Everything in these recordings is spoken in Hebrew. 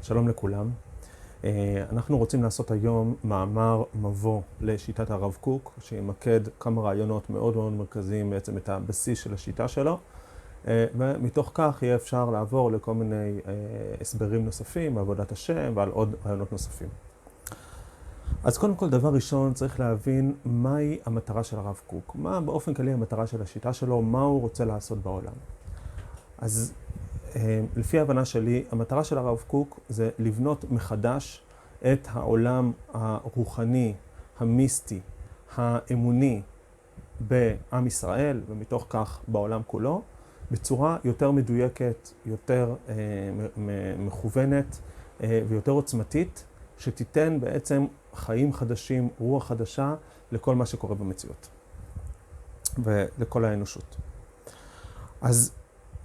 שלום לכולם. אנחנו רוצים לעשות היום מאמר מבוא לשיטת הרב קוק, שימקד כמה רעיונות מאוד מאוד מרכזיים, בעצם את הבסיס של השיטה שלו, ומתוך כך יהיה אפשר לעבור לכל מיני הסברים נוספים, בעבודת השם ועל עוד רעיונות נוספים. אז קודם כל, דבר ראשון, צריך להבין מהי המטרה של הרב קוק. מה באופן כללי המטרה של השיטה שלו, מה הוא רוצה לעשות בעולם. אז לפי ההבנה שלי, המטרה של הרב קוק זה לבנות מחדש את העולם הרוחני, המיסטי, האמוני בעם ישראל, ומתוך כך בעולם כולו, בצורה יותר מדויקת, יותר מכוונת ויותר עוצמתית, שתיתן בעצם חיים חדשים, רוח חדשה, לכל מה שקורה במציאות ולכל האנושות. אז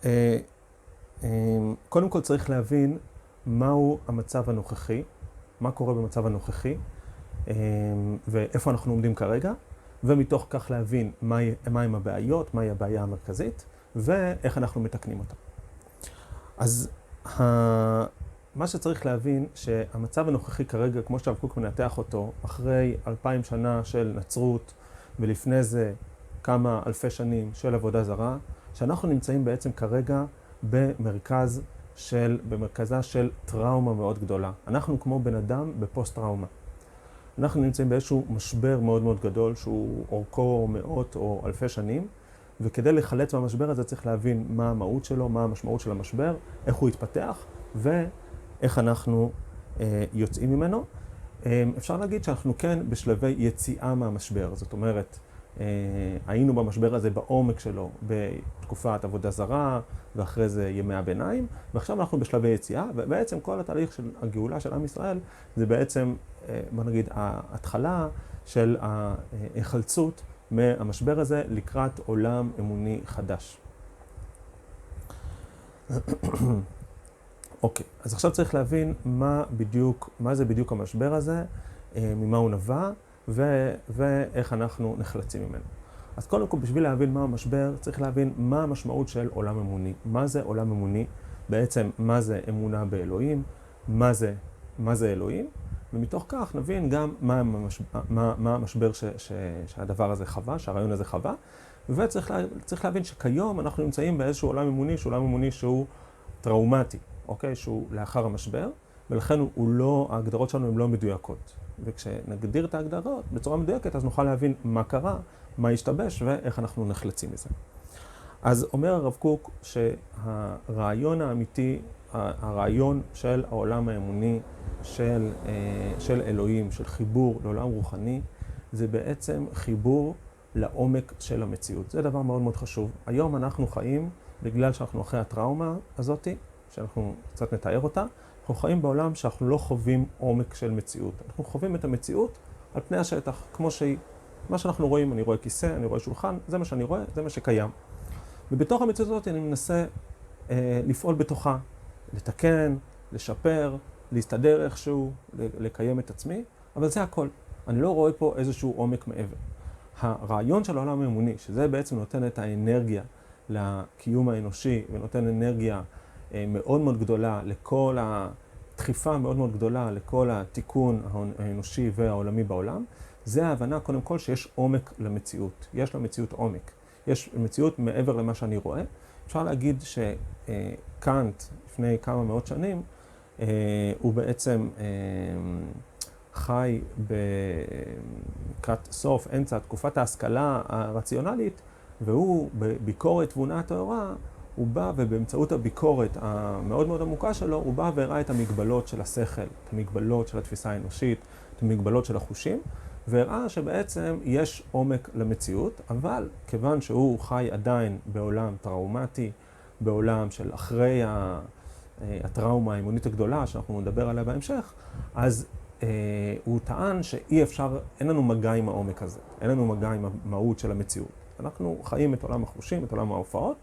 קודם כל צריך להבין מהו המצב הנוכחי, מה קורה במצב הנוכחי, ואיפה אנחנו עומדים כרגע, ומתוך כך להבין מהם הבעיות, מהי הבעיה המרכזית, ואיך אנחנו מתקנים אותה. אז מה שצריך להבין שהמצב הנוכחי כרגע, כמו שהרב קוק מנתח אותו, אחרי 2000 שנה של נצרות, ולפני זה כמה אלפי שנים של עבודה זרה, שאנחנו נמצאים בעצם כרגע במרכזה של טראומה מאוד גדולה. אנחנו כמו בן אדם בפוסט-טראומה. אנחנו נמצאים באיזשהו משבר מאוד מאוד גדול, שהוא אורכו מאות או אלפי שנים, וכדי לחלץ מהמשבר הזה צריך להבין מה המהות שלו, מה המשמעות של המשבר, איך הוא יתפתח, ואיך אנחנו יוצאים ממנו. אפשר להגיד שאנחנו כן בשלבי יציאה מהמשבר. זאת אומרת, היינו במשבר הזה בעומק שלו בתקופת עבודה זרה, ואחרי זה ימי הביניים, ועכשיו אנחנו בשלבי יציאה, ובעצם כל התהליך של הגאולה של עם ישראל, זה בעצם, בוא נגיד, ההתחלה של ההיחלצות מהמשבר הזה לקראת עולם אמוני חדש. אוקיי, אז עכשיו צריך להבין מה זה בדיוק המשבר הזה, ממה הוא נבע, ואיך אנחנו נחלצים ממנו. אז קודם כל, בשביל להבין מה המשבר, צריך להבין מה המשמעות של עולם אמוני. מה זה עולם אמוני? בעצם, מה זה אמונה באלוהים? מה זה אלוהים? ומתוך כך נבין גם מה המשבר שהדבר הזה חווה, שהרעיון הזה חווה. וצריך להבין שכיום אנחנו נמצאים באיזשהו עולם אמוני, שהוא עולם אמוני שהוא טראומטי, אוקיי? שהוא לאחר המשבר, ולכן ההגדרות שלנו הן לא מדויקות. וכשנגדיר את ההגדרות בצורה מדויקת, אז נוכל להבין מה קרה, מה השתבש ואיך אנחנו נחלצים מזה. אז אומר הרב קוק שהרעיון האמיתי, הרעיון של העולם האמוני, של אלוהים, של חיבור לעולם רוחני, זה בעצם חיבור לעומק של המציאות. זה דבר מאוד מאוד חשוב. היום אנחנו חיים, בגלל שאנחנו אחרי הטראומה הזאת, שאנחנו קצת נתאר אותה, אנחנו חיים בעולם שאנחנו לא חווים עומק של מציאות. אנחנו חווים את המציאות על פני השטח, כמו שהיא. מה שאנחנו רואים, אני רואה כיסא, אני רואה שולחן, זה מה שאני רואה, זה מה שקיים. ובתוך המציאות הזאת אני מנסה לפעול בתוכה, לתקן, לשפר, להסתדר איכשהו, לקיים את עצמי, אבל זה הכל. אני לא רואה פה איזשהו עומק מעבר. הרעיון של העולם האמוני, שזה בעצם נותן את האנרגיה לקיום האנושי, ונותן אנרגיה מאוד מאוד גדולה לכל הדחיפה מאוד מאוד גדולה לכל התיקון האנושי והעולמי בעולם, זה ההבנה קודם כל שיש עומק למציאות. יש למציאות עומק. יש מציאות מעבר למה שאני רואה. אפשר להגיד שקאנט לפני כמה מאות שנים, הוא בעצם חי לקראת סוף, אמצע, תקופת ההשכלה הרציונלית, והוא בביקורת תבונה טהורה, הוא בא ובאמצעות הביקורת המאוד מאוד עמוקה שלו, הוא בא והראה את המגבלות של השכל, את המגבלות של התפיסה האנושית, את המגבלות של החושים, והראה שבעצם יש עומק למציאות, אבל כיוון שהוא חי עדיין בעולם טראומטי, בעולם של אחרי הטראומה האמונית הגדולה, שאנחנו נדבר עליה בהמשך, אז הוא טען שאי אפשר, אין לנו מגע עם העומק הזה, אין לנו מגע עם המהות של המציאות. אנחנו חיים את עולם החושים, את עולם ההופעות,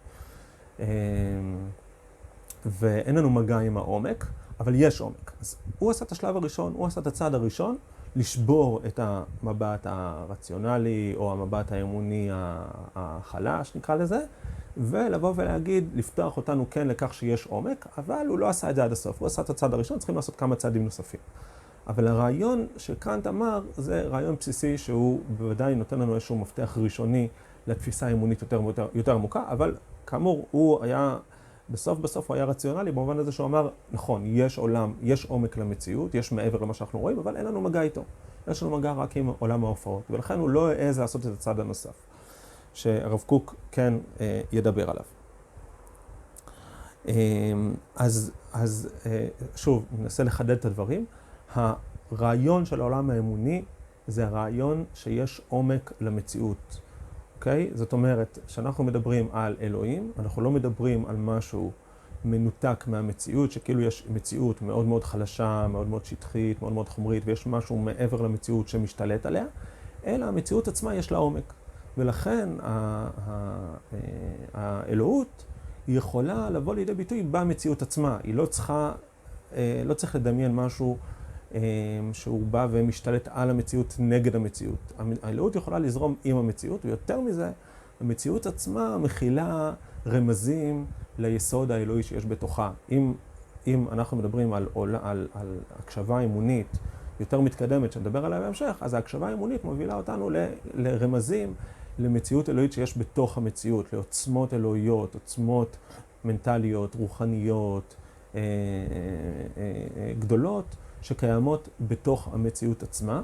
ואין לנו מגע עם העומק, אבל יש עומק. אז הוא עשה את השלב הראשון, הוא עשה את הצעד הראשון, לשבור את המבט הרציונלי או המבט האמוני החלש, נקרא לזה, ולבוא ולהגיד, לפתוח אותנו כן לכך שיש עומק, אבל הוא לא עשה את זה עד הסוף, הוא עשה את הצד הראשון, צריכים לעשות כמה צעדים נוספים. אבל הרעיון שקאנט אמר, זה רעיון בסיסי שהוא בוודאי נותן לנו איזשהו מפתח ראשוני לתפיסה האמונית יותר עמוקה, אבל כאמור, הוא היה, בסוף הוא היה רציונלי, במובן הזה שהוא אמר, נכון, יש עולם, יש עומק למציאות, יש מעבר למה שאנחנו רואים, אבל אין לנו מגע איתו. יש לנו מגע רק עם עולם ההופעות, ולכן הוא לא העז לעשות את הצד הנוסף, שהרב קוק כן ידבר עליו. אז שוב, ננסה לחדד את הדברים. הרעיון של העולם האמוני זה הרעיון שיש עומק למציאות. אוקיי? זאת אומרת, כשאנחנו מדברים על אלוהים, אנחנו לא מדברים על משהו מנותק מהמציאות, שכאילו יש מציאות מאוד מאוד חלשה, מאוד מאוד שטחית, מאוד מאוד חומרית, ויש משהו מעבר למציאות שמשתלט עליה, אלא המציאות עצמה יש לה עומק. ולכן האלוהות היא יכולה לבוא לידי ביטוי במציאות עצמה. היא לא צריך לדמיין משהו שהוא בא ומשתלט על המציאות נגד המציאות. האלוהות יכולה לזרום עם המציאות, ויותר מזה, המציאות עצמה מכילה רמזים ליסוד האלוהי שיש בתוכה. אם אנחנו מדברים על הקשבה אמונית יותר מתקדמת שנדבר עליה בהמשך, אז ההקשבה האמונית מובילה אותנו לרמזים למציאות אלוהית שיש בתוך המציאות, לעוצמות אלוהיות, עוצמות מנטליות, רוחניות, גדולות, שקיימות בתוך המציאות עצמה,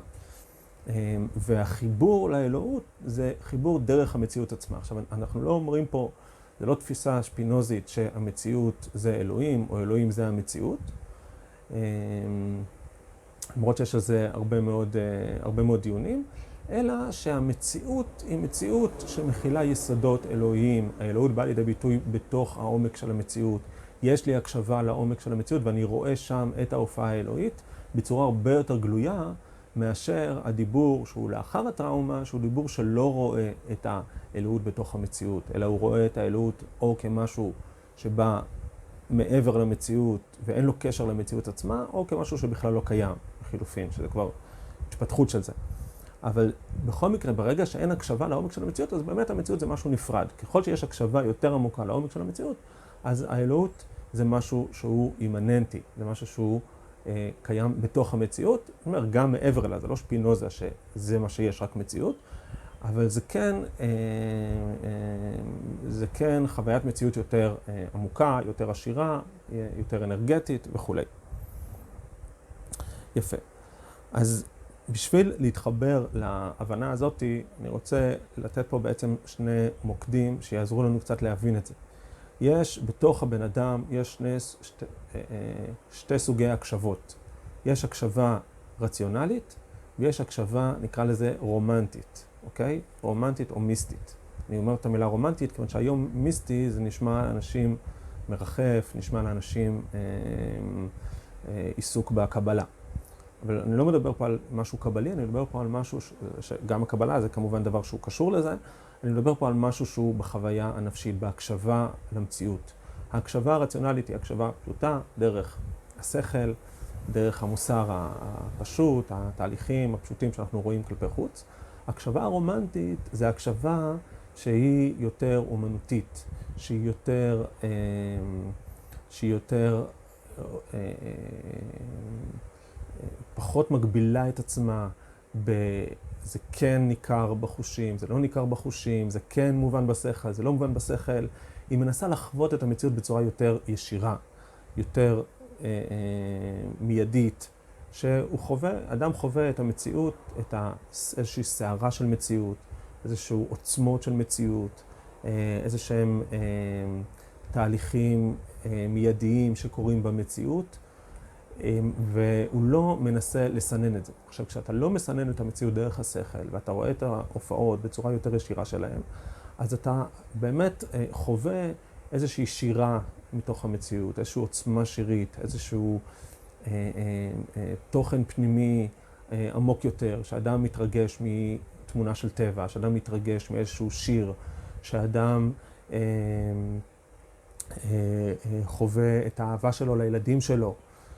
והחיבור לאלוהות זה חיבור דרך המציאות עצמה. עכשיו, אנחנו לא אומרים פה, זה לא תפיסה שפינוזית שהמציאות זה אלוהים, או אלוהים זה המציאות, למרות שיש על זה הרבה מאוד דיונים, אלא שהמציאות היא מציאות שמכילה יסודות אלוהיים. האלוהות באה לידי ביטוי בתוך העומק של המציאות. יש לי הקשבה לעומק של המציאות, ואני רואה שם את ההופעה האלוהית בצורה הרבה יותר גלויה מאשר הדיבור שהוא לאחר הטראומה, שהוא דיבור שלא רואה את האלוהות בתוך המציאות, אלא הוא רואה את האלוהות או כמשהו שבא מעבר למציאות ואין לו קשר למציאות עצמה, או כמשהו שבכלל לא קיים, בחילופין, שזה כבר התפתחות של זה. אבל בכל מקרה, ברגע שאין הקשבה לעומק של המציאות, אז באמת המציאות זה משהו נפרד. ככל שיש הקשבה יותר עמוקה לעומק של המציאות, אז האלוהות זה משהו שהוא אימננטי, זה משהו שהוא קיים בתוך המציאות. זאת אומרת, גם מעבר אליה, זה לא שפינוזה שזה מה שיש, רק מציאות, אבל זה כן חוויית מציאות יותר עמוקה, יותר עשירה, יותר אנרגטית וכו'. יפה. אז בשביל להתחבר להבנה הזאת, אני רוצה לתת פה בעצם שני מוקדים שיעזרו לנו קצת להבין את זה. יש בתוך הבן אדם, יש שתי סוגי הקשבות. יש הקשבה רציונלית, ויש הקשבה, נקרא לזה רומנטית, אוקיי? רומנטית או מיסטית. אני אומר את המילה רומנטית, כיוון שהיום מיסטי זה נשמע לאנשים מרחף, נשמע לאנשים עיסוק בקבלה. אבל אני לא מדבר פה על משהו קבלי, אני מדבר פה על משהו, שגם הקבלה זה כמובן דבר שהוא קשור לזה, אני מדבר פה על משהו שהוא בחוויה הנפשית, בהקשבה למציאות. ההקשבה הרציונלית היא הקשבה פשוטה, דרך השכל, דרך המוסר הפשוט, התהליכים הפשוטים שאנחנו רואים כלפי חוץ. הקשבה הרומנטית זה הקשבה שהיא יותר אומנותית, שהיא יותר פחות מגבילה את עצמה, זה כן ניכר בחושים, זה לא ניכר בחושים, זה כן מובן בשכל, זה לא מובן בשכל. היא מנסה לחוות את המציאות בצורה יותר ישירה, יותר מיידית, אדם חווה את המציאות, איזושהי סערה של מציאות, איזשהו עוצמות של מציאות, איזשהם תהליכים מיידיים שקורים במציאות, והוא לא מנסה לסנן את זה. עכשיו, כשאתה לא מסנן את המציאות דרך השכל, ואתה רואה את ההופעות בצורה יותר ישירה שלהם, אז אתה באמת חווה איזושהי שירה מתוך המציאות, איזושהי עוצמה שירית, איזשהו תוכן פנימי עמוק יותר, שאדם מתרגש מתמונה של טבע, שאדם מתרגש מאיזשהו שיר, שאדם חווה את האהבה שלו לילדים שלו,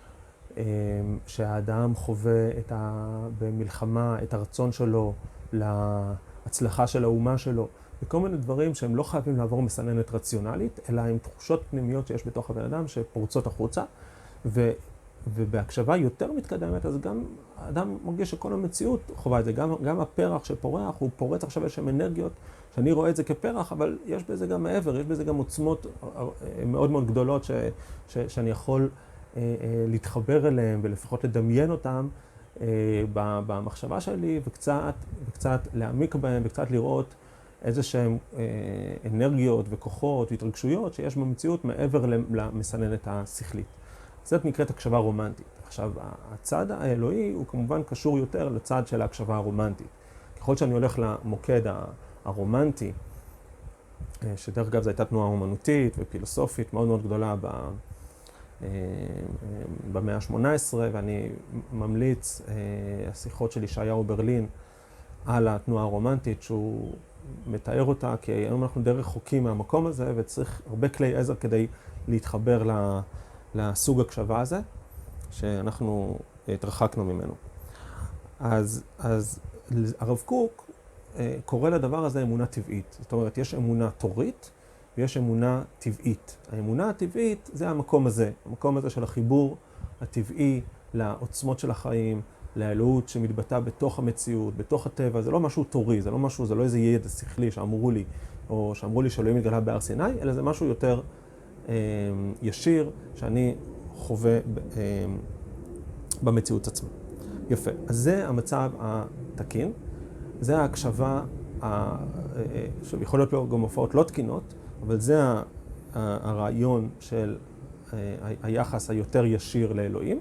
שהאדם חווה במלחמה את הרצון שלו להצלחה של האומה שלו. וכל מיני דברים שהם לא חייבים לעבור מסננת רציונלית, אלא עם תחושות פנימיות שיש בתוך הבן אדם שפורצות החוצה. ובהקשבה יותר מתקדמת, אז גם האדם מרגיש שכל המציאות חובה את זה. גם הפרח שפורח, הוא פורץ עכשיו איזשהם אנרגיות, שאני רואה את זה כפרח, אבל יש בזה גם מעבר, יש בזה גם עוצמות מאוד מאוד גדולות שאני יכול להתחבר אליהן ולפחות לדמיין אותן במחשבה שלי, וקצת להעמיק בהן, וקצת לראות איזשהם אנרגיות וכוחות והתרגשויות שיש במציאות מעבר למסננת השכלית. זאת נקראת הקשבה רומנטית. עכשיו, הצד האלוהי הוא כמובן קשור יותר לצד של ההקשבה הרומנטית. ככל שאני הולך למוקד הרומנטי, שדרך אגב זו הייתה תנועה אומנותית ופילוסופית מאוד מאוד גדולה במאה ה-18, ואני ממליץ השיחות של ישעיהו ברלין על התנועה הרומנטית, שהוא מתאר אותה, כי היום אנחנו די רחוקים מהמקום הזה, וצריך הרבה כלי עזר כדי להתחבר לסוג הקשבה הזה, שאנחנו התרחקנו ממנו. אז הרב קוק קורא לדבר הזה אמונה טבעית. זאת אומרת, יש אמונה תורית ויש אמונה טבעית. האמונה הטבעית זה המקום הזה של החיבור הטבעי לעוצמות של החיים, לאלוהות שמתבטא בתוך המציאות, בתוך הטבע. זה לא משהו תורי, זה לא איזה ידע שכלי שאמרו לי שאלוהים התגלה בהר סיני, אלא זה משהו יותר ישיר שאני חווה במציאות עצמה. יפה. אז זה המצב התקין. זה ההקשבה, שיכול להיות לו גם הופעות לא תקינות, אבל זה הרעיון של היחס היותר ישיר לאלוהים.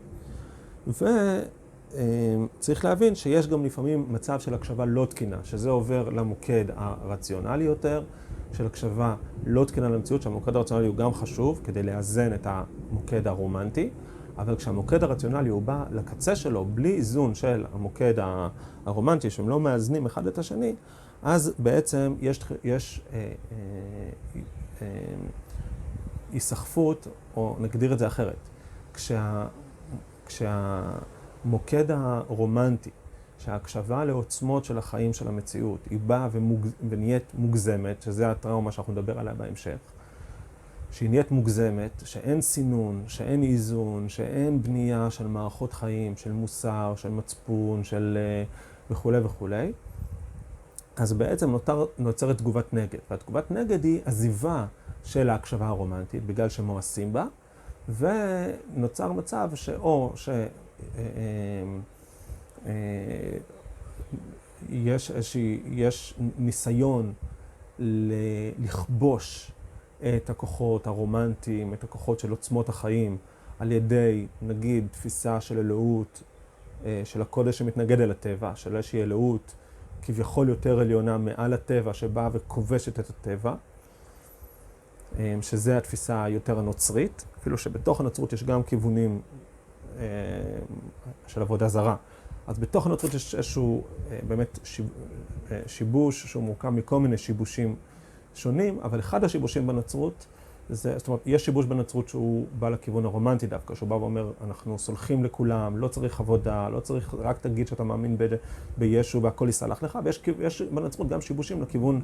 וצריך להבין שיש גם לפעמים מצב של הקשבה לא תקינה, שזה עובר למוקד הרציונלי יותר, של הקשבה לא תקינה למציאות, שהמוקד הרציונלי הוא גם חשוב כדי לאזן את המוקד הרומנטי, אבל כשהמוקד הרציונלי הוא בא לקצה שלו, בלי איזון של המוקד הרומנטי, שהם לא מאזנים אחד את השני, אז בעצם יש היסחפות, או נגדיר את זה אחרת. כשהמוקד הרומנטי, שההקשבה לעוצמות של החיים של המציאות, היא באה ונהיית מוגזמת, שזה הטראומה שאנחנו נדבר עליה בהמשך, שהיא נהיית מוגזמת, שאין סינון, שאין איזון, שאין בנייה של מערכות חיים, של מוסר, של מצפון, של וכו' וכו'. אז בעצם נוצרת תגובת נגד. והתגובת נגד היא עזיבה של ההקשבה הרומנטית, בגלל שמואסים בה, ונוצר מצב יש ניסיון לכבוש את הכוחות הרומנטיים, את הכוחות של עוצמות החיים, על ידי, נגיד, תפיסה של אלוהות, של הקודש שמתנגד אל הטבע, של איזושהי אלוהות כביכול יותר עליונה מעל הטבע, שבאה וכובשת את הטבע, שזה התפיסה היותר הנוצרית, אפילו שבתוך הנוצרות יש גם כיוונים של עבודה זרה. אז בתוך הנוצרות יש איזשהו באמת שיבוש שהוא מורכב מכל מיני שיבושים שונים, אבל אחד השיבושים בנצרות, זאת אומרת, יש שיבוש בנצרות שהוא בא לכיוון הרומנטי דווקא, שהוא בא ואומר, אנחנו סולחים לכולם, לא צריך עבודה, לא צריך, רק תגיד שאתה מאמין בישו והכל יסלח לך, ויש בנצרות גם שיבושים לכיוון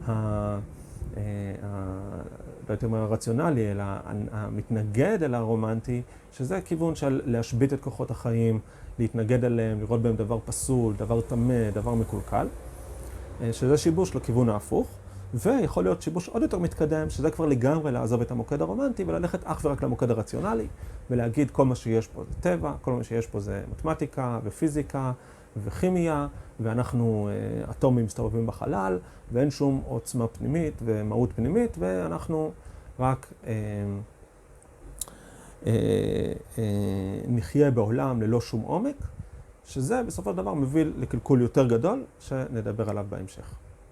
לא הייתי אומר הרציונלי, אלא המתנגד אל הרומנטי, שזה כיוון של להשבית את כוחות החיים, להתנגד אליהם, לראות בהם דבר פסול, דבר טמא, דבר מקולקל, שזה שיבוש לכיוון ההפוך. ויכול להיות שיבוש עוד יותר מתקדם, שזה כבר לגמרי לעזוב את המוקד הרומנטי וללכת אך ורק למוקד הרציונלי, ולהגיד כל מה שיש פה זה טבע, כל מה שיש פה זה מתמטיקה ופיזיקה וכימיה, ואנחנו אטומים מסתובבים בחלל, ואין שום עוצמה פנימית ומהות פנימית, ואנחנו רק נחיה בעולם ללא שום עומק, שזה בסופו של דבר מביא לקלקול יותר גדול, שנדבר עליו בהמשך.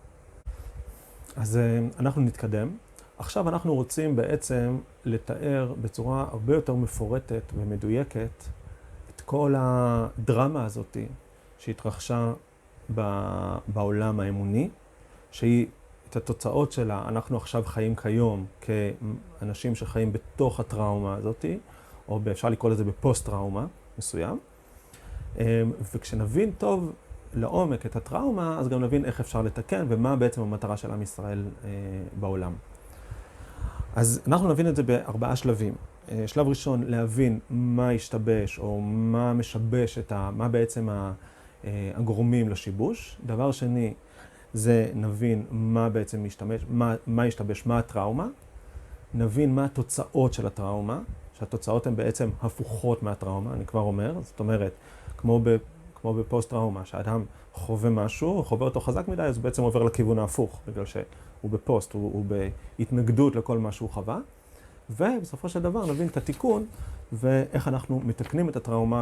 אז אנחנו נתקדם. עכשיו אנחנו רוצים בעצם לתאר בצורה הרבה יותר מפורטת ומדויקת את כל הדרמה הזאת שהתרחשה בעולם האמוני, שהיא את התוצאות שלה, אנחנו עכשיו חיים כיום כאנשים שחיים בתוך הטראומה הזאת, או אפשר לקרוא לזה בפוסט-טראומה מסוים. וכשנבין טוב לעומק את הטראומה, אז גם נבין איך אפשר לתקן ומה בעצם המטרה של עם ישראל בעולם. אז אנחנו נבין את זה ב4 שלבים. שלב ראשון, להבין מה השתבש או מה משבש מה בעצם הגורמים לשיבוש. דבר שני, זה נבין מה בעצם מה השתבש, מה הטראומה. נבין מה התוצאות של הטראומה, שהתוצאות הן בעצם הפוכות מהטראומה, אני כבר אומר. זאת אומרת, כמו בפוסט-טראומה, שהאדם חווה משהו, חווה אותו חזק מדי, אז הוא בעצם עובר לכיוון ההפוך, בגלל שהוא בפוסט, הוא בהתנגדות לכל מה שהוא חווה. ובסופו של דבר נבין את התיקון, ואיך אנחנו מתקנים את הטראומה,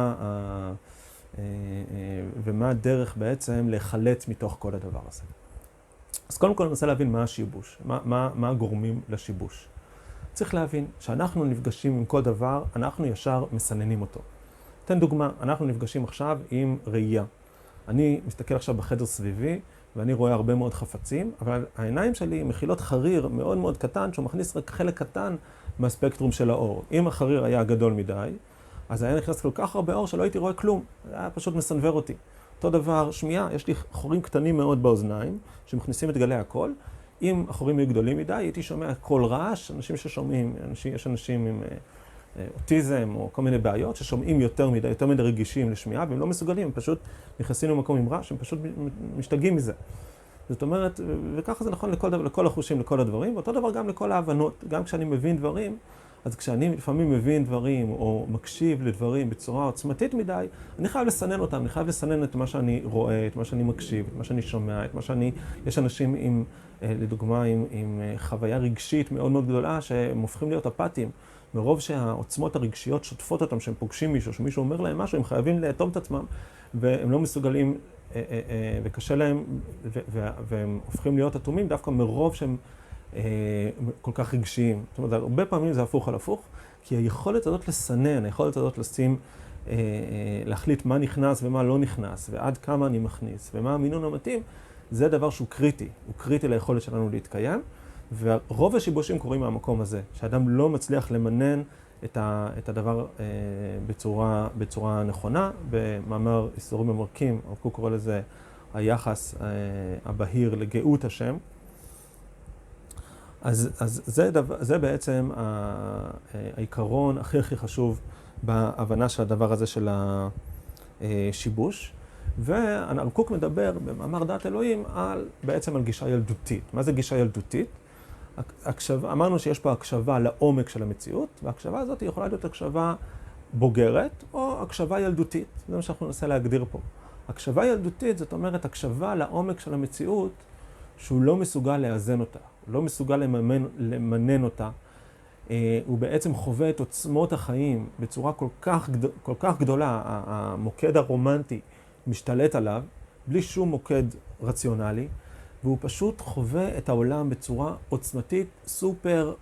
ומה הדרך בעצם להיחלץ מתוך כל הדבר הזה. אז קודם כל ננסה להבין מה השיבוש, מה הגורמים לשיבוש. צריך להבין שאנחנו נפגשים עם כל דבר, אנחנו ישר מסננים אותו. אתן דוגמה, אנחנו נפגשים עכשיו עם ראייה. אני מסתכל עכשיו בחדר סביבי, ואני רואה הרבה מאוד חפצים, אבל העיניים שלי מכילות חריר מאוד מאוד קטן, שהוא מכניס רק חלק קטן מהספקטרום של האור. אם החריר היה גדול מדי, אז היה נכנס כל כך הרבה אור שלא הייתי רואה כלום. זה היה פשוט מסנוור אותי. אותו דבר, שמיעה, יש לי חורים קטנים מאוד באוזניים, שמכניסים את גלי הקול. אם החורים היו גדולים מדי, הייתי שומע קול רעש, אנשים ששומעים, יש אנשים עם אוטיזם או כל מיני בעיות, ששומעים יותר מדי רגישים לשמיעה, והם לא מסוגלים, הם פשוט נכנסים למקום עם רעש, הם פשוט משתגעים מזה. זאת אומרת, וככה זה נכון לכל החושים, לכל הדברים, ואותו דבר גם לכל ההבנות. גם כשאני מבין דברים, אז כשאני לפעמים מבין דברים או מקשיב לדברים בצורה עוצמתית מדי, אני חייב לסנן אותם, אני חייב לסנן את מה שאני רואה, את מה שאני מקשיב, את מה שאני שומע, את מה יש אנשים עם, לדוגמה, עם חוויה רגשית מאוד מאוד גדולה, שהם הופכים להיות אפתיים. מרוב שהעוצמות הרגשיות שוטפות אותם, שהם פוגשים מישהו, שמישהו אומר להם משהו, הם חייבים לאטום את עצמם, והם לא מסוגלים, וקשה להם, והם הופכים להיות אטומים דווקא מרוב שהם כל כך רגשיים. זאת אומרת, הרבה פעמים זה הפוך על הפוך, כי היכולת הזאת לסנן, היכולת הזאת להחליט מה נכנס ומה לא נכנס, ועד כמה אני מכניס, ומה המינון המתאים, זה דבר שהוא קריטי. הוא קריטי ליכולת שלנו להתקיים, ורוב השיבושים קורים מהמקום הזה, שאדם לא מצליח למנן את הדבר בצורה נכונה. במאמר איסורים המרקים, הרב קוק קורא לזה היחס הבהיר לגאות השם. אז זה בעצם העיקרון הכי חשוב בהבנה של הדבר הזה של השיבוש. והרב קוק מדבר במאמר דעת אלוהים בעצם על גישה ילדותית. מה זה גישה ילדותית? אמרנו שיש פה הקשבה לעומק של המציאות, וההקשבה הזאת יכולה להיות הקשבה בוגרת או הקשבה ילדותית. זה מה שאנחנו ננסה להגדיר פה. הקשבה ילדותית זאת אומרת הקשבה לעומק של המציאות שהוא לא מסוגל לאזן אותה, הוא לא מסוגל למנן אותה. הוא בעצם חווה את עוצמות החיים בצורה כל כך גדולה, המוקד הרומנטי משתלט עליו, בלי שום מוקד רציונלי, והוא פשוט חווה את העולם בצורה עוצמתית, סופר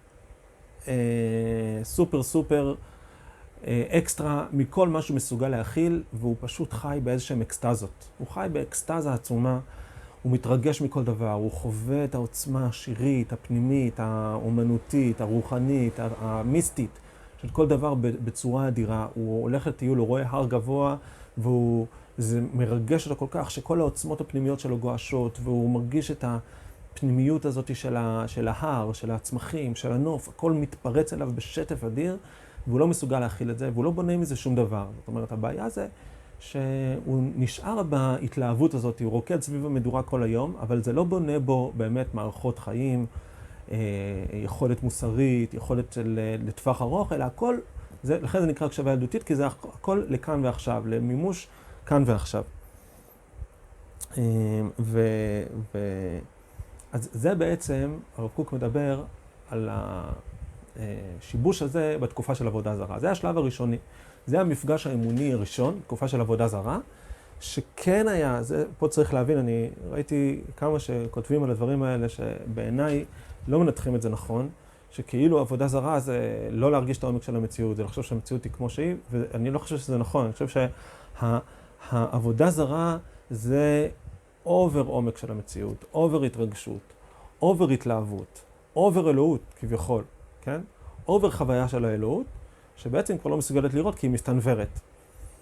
אקסטרה מכל מה שהוא מסוגל להכיל, והוא פשוט חי באיזשהם אקסטזות. הוא חי באקסטזה עצומה, הוא מתרגש מכל דבר, הוא חווה את העוצמה השירית, הפנימית, האומנותית, הרוחנית, המיסטית, של כל דבר בצורה אדירה. הוא הולך לטיול, הוא רואה הר גבוה, זה מרגש אותו כל כך שכל העוצמות הפנימיות שלו גועשות, והוא מרגיש את הפנימיות הזאת של ההר, של הצמחים, של הנוף, הכל מתפרץ אליו בשטף אדיר, והוא לא מסוגל להכיל את זה, והוא לא בונה מזה שום דבר. זאת אומרת, הבעיה זה שהוא נשאר בהתלהבות הזאת, הוא רוקד סביב המדורה כל היום, אבל זה לא בונה בו באמת מערכות חיים, יכולת מוסרית, יכולת לטווח ארוך, אלא הכל, לכן זה נקרא הקשבה ילדותית, כי זה הכל לכאן ועכשיו, למימוש כאן ועכשיו. אז זה בעצם, הרב קוק מדבר על השיבוש הזה בתקופה של עבודה זרה. זה השלב הראשוני. זה המפגש האמוני הראשון, תקופה של עבודה זרה, שכן היה, פה צריך להבין, אני ראיתי כמה שכותבים על הדברים האלה, שבעיניי לא מנתחים את זה נכון, שכאילו עבודה זרה זה לא להרגיש את העומק של המציאות, זה לחשוב שהמציאות היא כמו שהיא, ואני לא חושב שזה נכון, אני חושב שהעבודה זרה זה אובר עומק של המציאות, אובר התרגשות, אובר התלהבות, אובר אלוהות כביכול, כן? אובר חוויה של האלוהות, שבעצם כבר לא מסוגלת לראות כי היא מסתנוורת.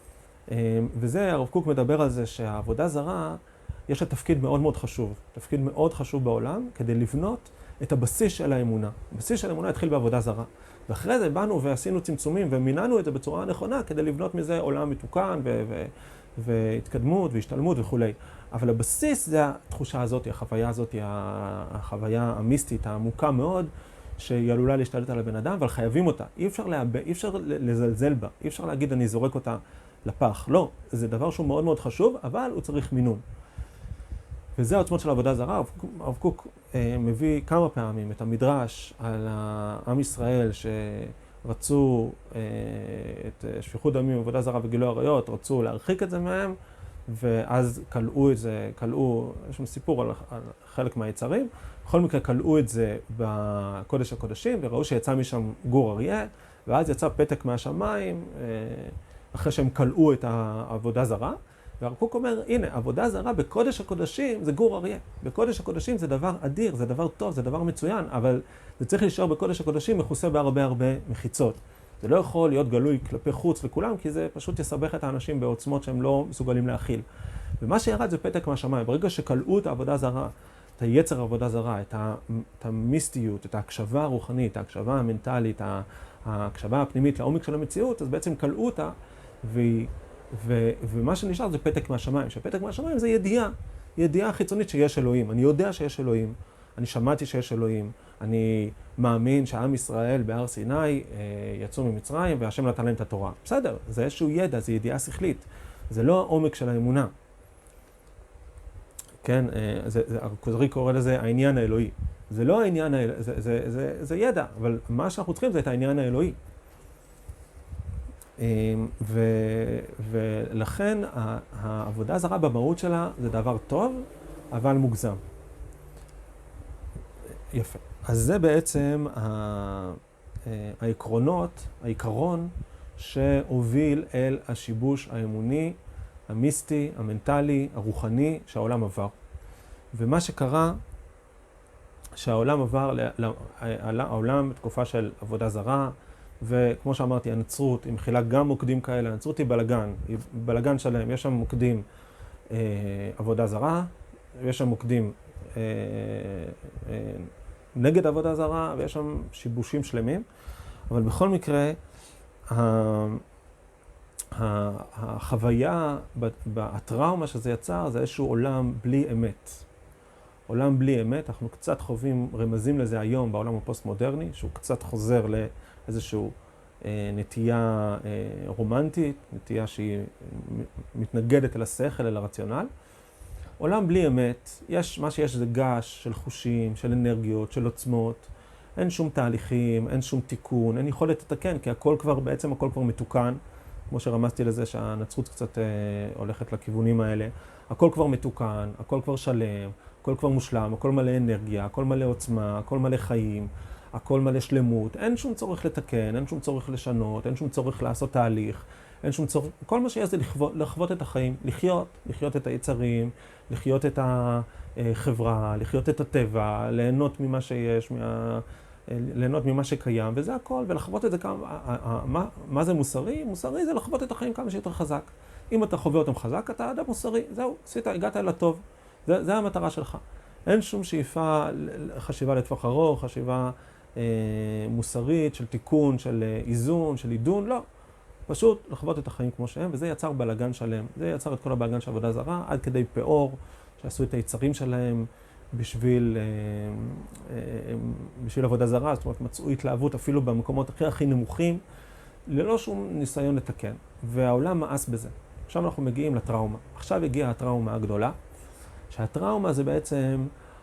וזה, הרב קוק מדבר על זה שהעבודה זרה, יש לה תפקיד מאוד מאוד חשוב, תפקיד מאוד חשוב בעולם, כדי לבנות את הבסיס של האמונה. הבסיס של האמונה התחיל בעבודה זרה. ואחרי זה באנו ועשינו צמצומים ומיננו את זה בצורה הנכונה, כדי לבנות מזה עולם מתוקן והתקדמות והשתלמות וכו'. אבל הבסיס זה התחושה הזאת, החוויה הזאת, החוויה המיסטית, העמוקה מאוד, שהיא עלולה להשתלט על הבן אדם, אבל חייבים אותה. אי אפשר לזלזל בה, אי אפשר להגיד אני זורק אותה לפח. לא, זה דבר שהוא מאוד מאוד חשוב, אבל הוא צריך מינון. וזה העוצמות של העבודה זרה. הרב קוק מביא כמה פעמים את המדרש על העם ישראל שרצו את שפיכות דמים מעבודה זרה וגילוי עריות, רצו להרחיק את זה מהם, ואז קלעו את זה, יש שם סיפור על חלק מהיצרים, בכל מקרה קלעו את זה בקודש הקודשים, וראו שיצא משם גור אריה, ואז יצא פתק מהשמיים, אחרי שהם קלעו את העבודה זרה, והרב קוק אומר, הנה, עבודה זרה בקודש הקודשים זה גור אריה. בקודש הקודשים זה דבר אדיר, זה דבר טוב, זה דבר מצוין, אבל זה צריך להישאר בקודש הקודשים מכוסה בהרבה מחיצות. זה לא יכול להיות גלוי כלפי חוץ לכולם, כי זה פשוט יסבך את האנשים בעוצמות שהם לא מסוגלים להכיל. ומה שירד זה פתק מהשמיים. ברגע שקלעו את העבודה זרה, את היצר העבודה זרה, את המיסטיות, את ההקשבה הרוחנית, ההקשבה המנטלית, ההקשבה הפנימית לעומק של המציאות, אז בעצם קלעו אותה, ומה שנשאר זה פתק מהשמיים. שפתק מהשמיים זה ידיעה חיצונית שיש אלוהים. אני יודע שיש אלוהים, אני שמעתי שיש אלוהים, אני מאמין שעם ישראל בהר סיני יצאו ממצרים והשם נתן להם את התורה. בסדר, זה איזשהו ידע, זה ידיעה שכלית. זה לא העומק של האמונה. כן, הכוזרי קורא לזה העניין האלוהי. זה לא העניין האלוהי, זה ידע, אבל מה שאנחנו צריכים זה את העניין האלוהי. ולכן העבודה הזרה במהות שלה זה דבר טוב, אבל מוגזם. יפה. אז זה בעצם העיקרון שהוביל אל השיבוש האמוני, המיסטי, המנטלי, הרוחני שהעולם עבר. ומה שקרה, שהעולם עבר, העולם בתקופה של עבודה זרה, וכמו שאמרתי, הנצרות היא מכילה גם מוקדים כאלה, הנצרות היא בלגן שלהם, יש שם מוקדים עבודה זרה, יש שם מוקדים נגד עבודה זרה, ויש שם שיבושים שלמים, אבל בכל מקרה, החוויה, הטראומה שזה יצר, זה איזשהו עולם בלי אמת. עולם בלי אמת, אנחנו קצת חווים רמזים לזה היום בעולם הפוסט-מודרני, שהוא קצת חוזר לאיזשהו נטייה רומנטית, נטייה שהיא מתנגדת אל השכל, אל הרציונל. עולם בלי אמת, מה שיש זה גש של חושים, של אנרגיות, של עוצמות, אין שום תהליכים, אין שום תיקון, אין יכולת לתקן, כי הכל כבר מתוקן, כמו שרמזתי לזה שהנצרות קצת הולכת לכיוונים האלה, הכל כבר מתוקן, הכל כבר שלם, הכל כבר מושלם, הכל מלא אנרגיה, הכל מלא עוצמה, הכל מלא חיים, הכל מלא שלמות, אין שום צורך לתקן, אין שום צורך לשנות, אין שום צורך לעשות תהליך, אין שום צורך, כל מה שיש זה לחוות את החיים, לחיות את היצרים, לחיות את החברה, לחיות את הטבע, ליהנות ממה שיש, ליהנות ממה שקיים, וזה הכל, ולחוות את זה מה זה מוסרי? מוסרי זה לחוות את החיים כמה שיותר חזק. אם אתה חווה אותם חזק, אתה אדם מוסרי, זהו, הגעת אל הטוב, זה המטרה שלך. אין שום שאיפה, חשיבה לטווח ארוך, חשיבה מוסרית, של תיקון, של איזון, של עידון, לא. פשוט לחוות את החיים כמו שהם, וזה יצר בלגן שלם. זה יצר את כל הבלגן של עבודה זרה, עד כדי פאור, שעשו את היצרים שלהם בשביל עבודה זרה, זאת אומרת, מצאו התלהבות אפילו במקומות הכי נמוכים, ללא שום ניסיון לתקן. והעולם מאס בזה. עכשיו אנחנו מגיעים לטראומה. עכשיו הגיעה הטראומה הגדולה, שהטראומה זה בעצם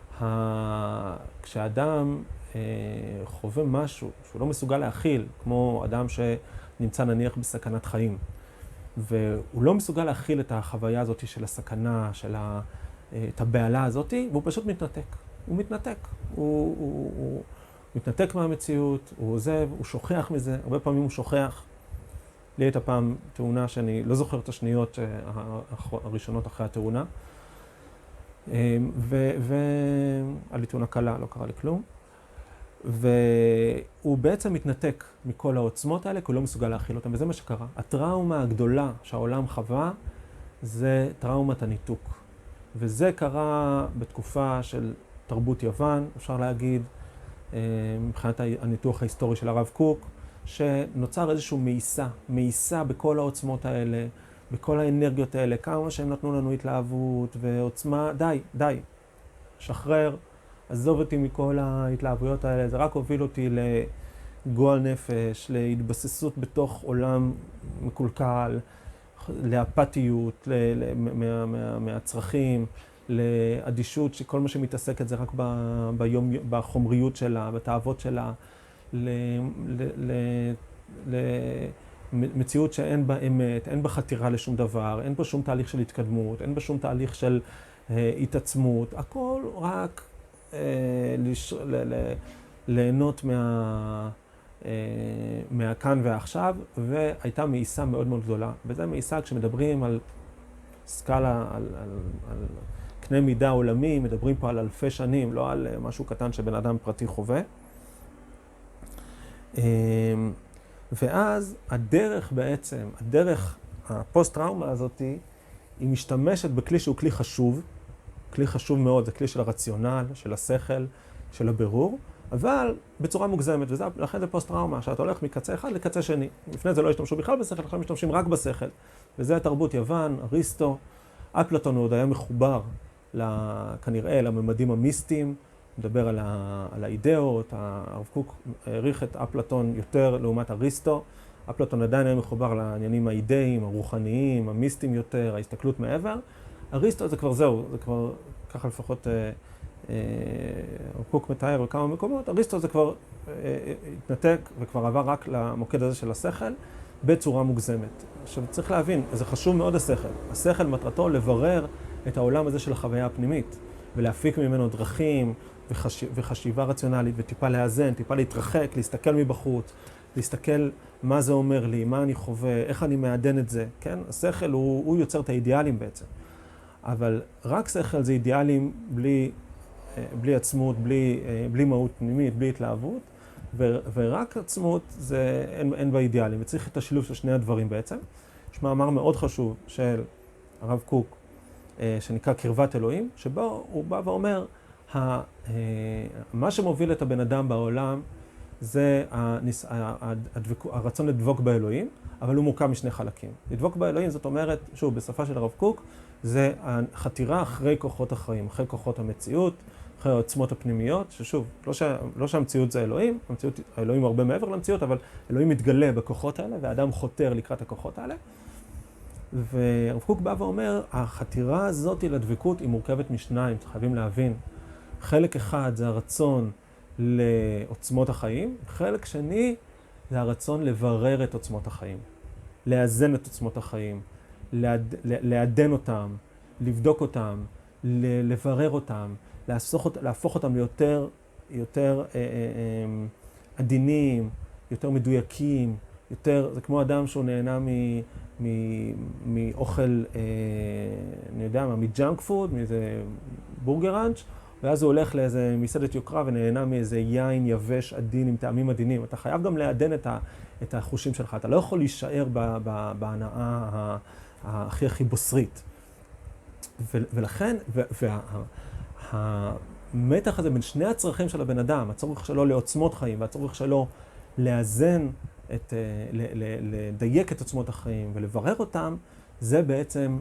כשאדם חווה משהו שהוא לא מסוגל להכיל, כמו אדם שנמצא נניח בסכנת חיים, והוא לא מסוגל להכיל את החוויה הזאת של הסכנה, את הבעלה הזאת, והוא פשוט מתנתק. הוא מתנתק. הוא מתנתק מהמציאות, הוא עוזב, הוא שוכח מזה, הרבה פעמים הוא שוכח. לי הייתה פעם תאונה שאני לא זוכר את השניות הראשונות אחרי התאונה, היה לי תאונה קלה, לא קרה לי כלום. והוא בעצם מתנתק מכל העוצמות האלה, כי הוא לא מסוגל להכיל אותם, וזה מה שקרה. הטראומה הגדולה שהעולם חווה, זה טראומת הניתוק. וזה קרה בתקופה של תרבות יוון, אפשר להגיד, מבחינת הניתוח ההיסטורי של הרב קוק, שנוצר איזשהו מאיסה בכל העוצמות האלה, בכל האנרגיות האלה, כמה שהם נתנו לנו התלהבות ועוצמה, די, שחרר, עזוב אותי מכל ההתלהבויות האלה, זה רק הוביל אותי לגועל נפש, להתבססות בתוך עולם מקולקל, לאפתיות, מהצרכים, לאדישות, שכל מה שמתעסקת זה רק בחומריות שלה, בתאוות שלה, למציאות שאין בה אמת, אין בה חתירה לשום דבר, אין בה שום תהליך של התקדמות, אין בה שום תהליך של התעצמות, הכל רק ליהנות מהכאן והעכשיו, והייתה מאיסה מאוד מאוד גדולה. וזה מאיסה כשמדברים על סקאלה, על קנה מידה עולמי, מדברים פה על אלפי שנים, לא על משהו קטן שבן אדם פרטי חווה. ואז הדרך בעצם, הפוסט-טראומה הזאת, היא משתמשת בכלי שהוא כלי חשוב מאוד, זה כלי של הרציונל, של השכל, של הבירור, אבל בצורה מוגזמת, ולכן זה פוסט-טראומה, שאתה הולך מקצה אחד לקצה שני. לפני זה לא השתמשו בכלל בשכל, עכשיו משתמשים רק בשכל. וזה התרבות יוון, אריסטו, אפלטון עוד היה מחובר כנראה לממדים המיסטיים, מדבר על האידאות, הרב קוק העריך את אפלטון יותר לעומת אריסטו, אפלטון עדיין היה מחובר לעניינים האידאיים, הרוחניים, המיסטיים יותר, ההסתכלות מעבר. אריסטו זה כבר זהו, זה כבר ככה לפחות הרב קוק מתאר בכמה מקומות, אריסטו זה כבר התנתק וכבר עבר רק למוקד הזה של השכל בצורה מוגזמת. עכשיו צריך להבין, זה חשוב מאוד השכל. השכל מטרתו לברר את העולם הזה של החוויה הפנימית ולהפיק ממנו דרכים וחשיבה רציונלית וטיפה לאזן, טיפה להתרחק, להסתכל מבחוץ, להסתכל מה זה אומר לי, מה אני חווה, איך אני מעדן את זה, כן? השכל הוא יוצר את האידיאלים בעצם. אבל רק שכל זה אידיאלים בלי עצמות, בלי מהות פנימית, בלי התלהבות, ורק עצמות זה אין בה אידיאלים, וצריך את השילוב של שני הדברים בעצם. יש מאמר מאוד חשוב של הרב קוק, שנקרא קרבת אלוהים, שבו הוא בא ואומר, מה שמוביל את הבן אדם בעולם זה הרצון לדבוק באלוהים, אבל הוא מורכב משני חלקים. לדבוק באלוהים זאת אומרת, שוב, בשפה של הרב קוק, זה החתירה אחרי כוחות החיים, אחרי כוחות המציאות, אחרי העוצמות הפנימיות, ששוב, לא שהמציאות זה אלוהים, האלוהים הרבה מעבר למציאות, אבל אלוהים מתגלה בכוחות האלה, והאדם חותר לקראת הכוחות האלה. והרב קוק בא ואומר, החתירה הזאת לדבקות היא מורכבת משניים, חייבים להבין. חלק אחד זה הרצון לעוצמות החיים, חלק שני זה הרצון לברר את עוצמות החיים, לאזן את עוצמות החיים, לעדן אותם, לבדוק אותם, לברר אותם, להפוך אותם ליותר עדינים, יותר מדויקים, זה כמו אדם שהוא נהנה מאוכל, אני יודע מה, מג'אנק פוד, מאיזה בורגראנץ', ואז הוא הולך לאיזה מסעדת יוקרה ונהנה מאיזה יין יבש עדין עם טעמים עדינים. אתה חייב גם לעדן את החושים שלך, אתה לא יכול להישאר בהנאה הכי בוסרית. ולכן, המתח הזה בין שני הצרכים של הבן אדם, הצורך שלו לעוצמות חיים והצורך שלו לאזן, לדייק את עוצמות החיים ולברר אותם, זה בעצם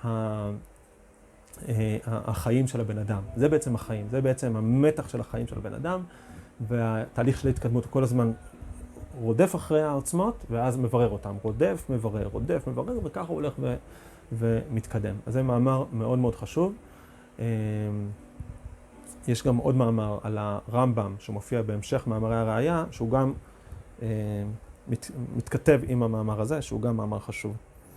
החיים של הבן אדם. זה בעצם החיים, זה בעצם המתח של החיים של הבן אדם, והתהליך של ההתקדמות הוא כל הזמן רודף אחרי העוצמות, ואז מברר אותם. רודף, מברר, וככה הוא הולך ומתקדם. אז זה מאמר מאוד מאוד חשוב. יש גם עוד מאמר על הרמב"ם, שמופיע בהמשך מאמרי הראייה, שהוא גם מתכתב עם המאמר הזה, שהוא גם מאמר חשוב.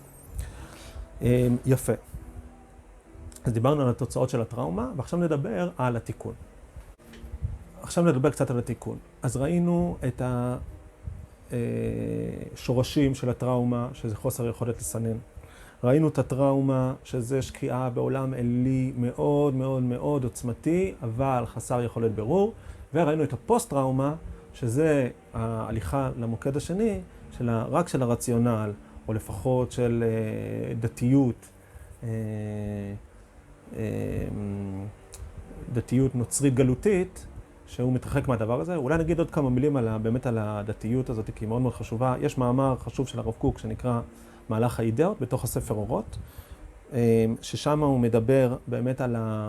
יפה. אז דיברנו על התוצאות של הטראומה, ועכשיו נדבר על התיקון. עכשיו נדבר קצת על התיקון. אז ראינו את השורשים של הטראומה, שזה חוסר יכולת לסנן. ראינו את הטראומה, שזה שקיעה בעולם אלי מאוד מאוד מאוד עוצמתי, אבל חסר יכולת ברור. וראינו את הפוסט-טראומה, שזה ההליכה למוקד השני, רק של הרציונל, או לפחות של דתיות, דתיות נוצרית גלותית, שהוא מתרחק מהדבר הזה. אולי נגיד עוד כמה מילים באמת על הדתיות הזאת, כי היא מאוד מאוד חשובה. יש מאמר חשוב של הרב קוק שנקרא מהלך האידאות בתוך הספר אורות, ששם הוא מדבר באמת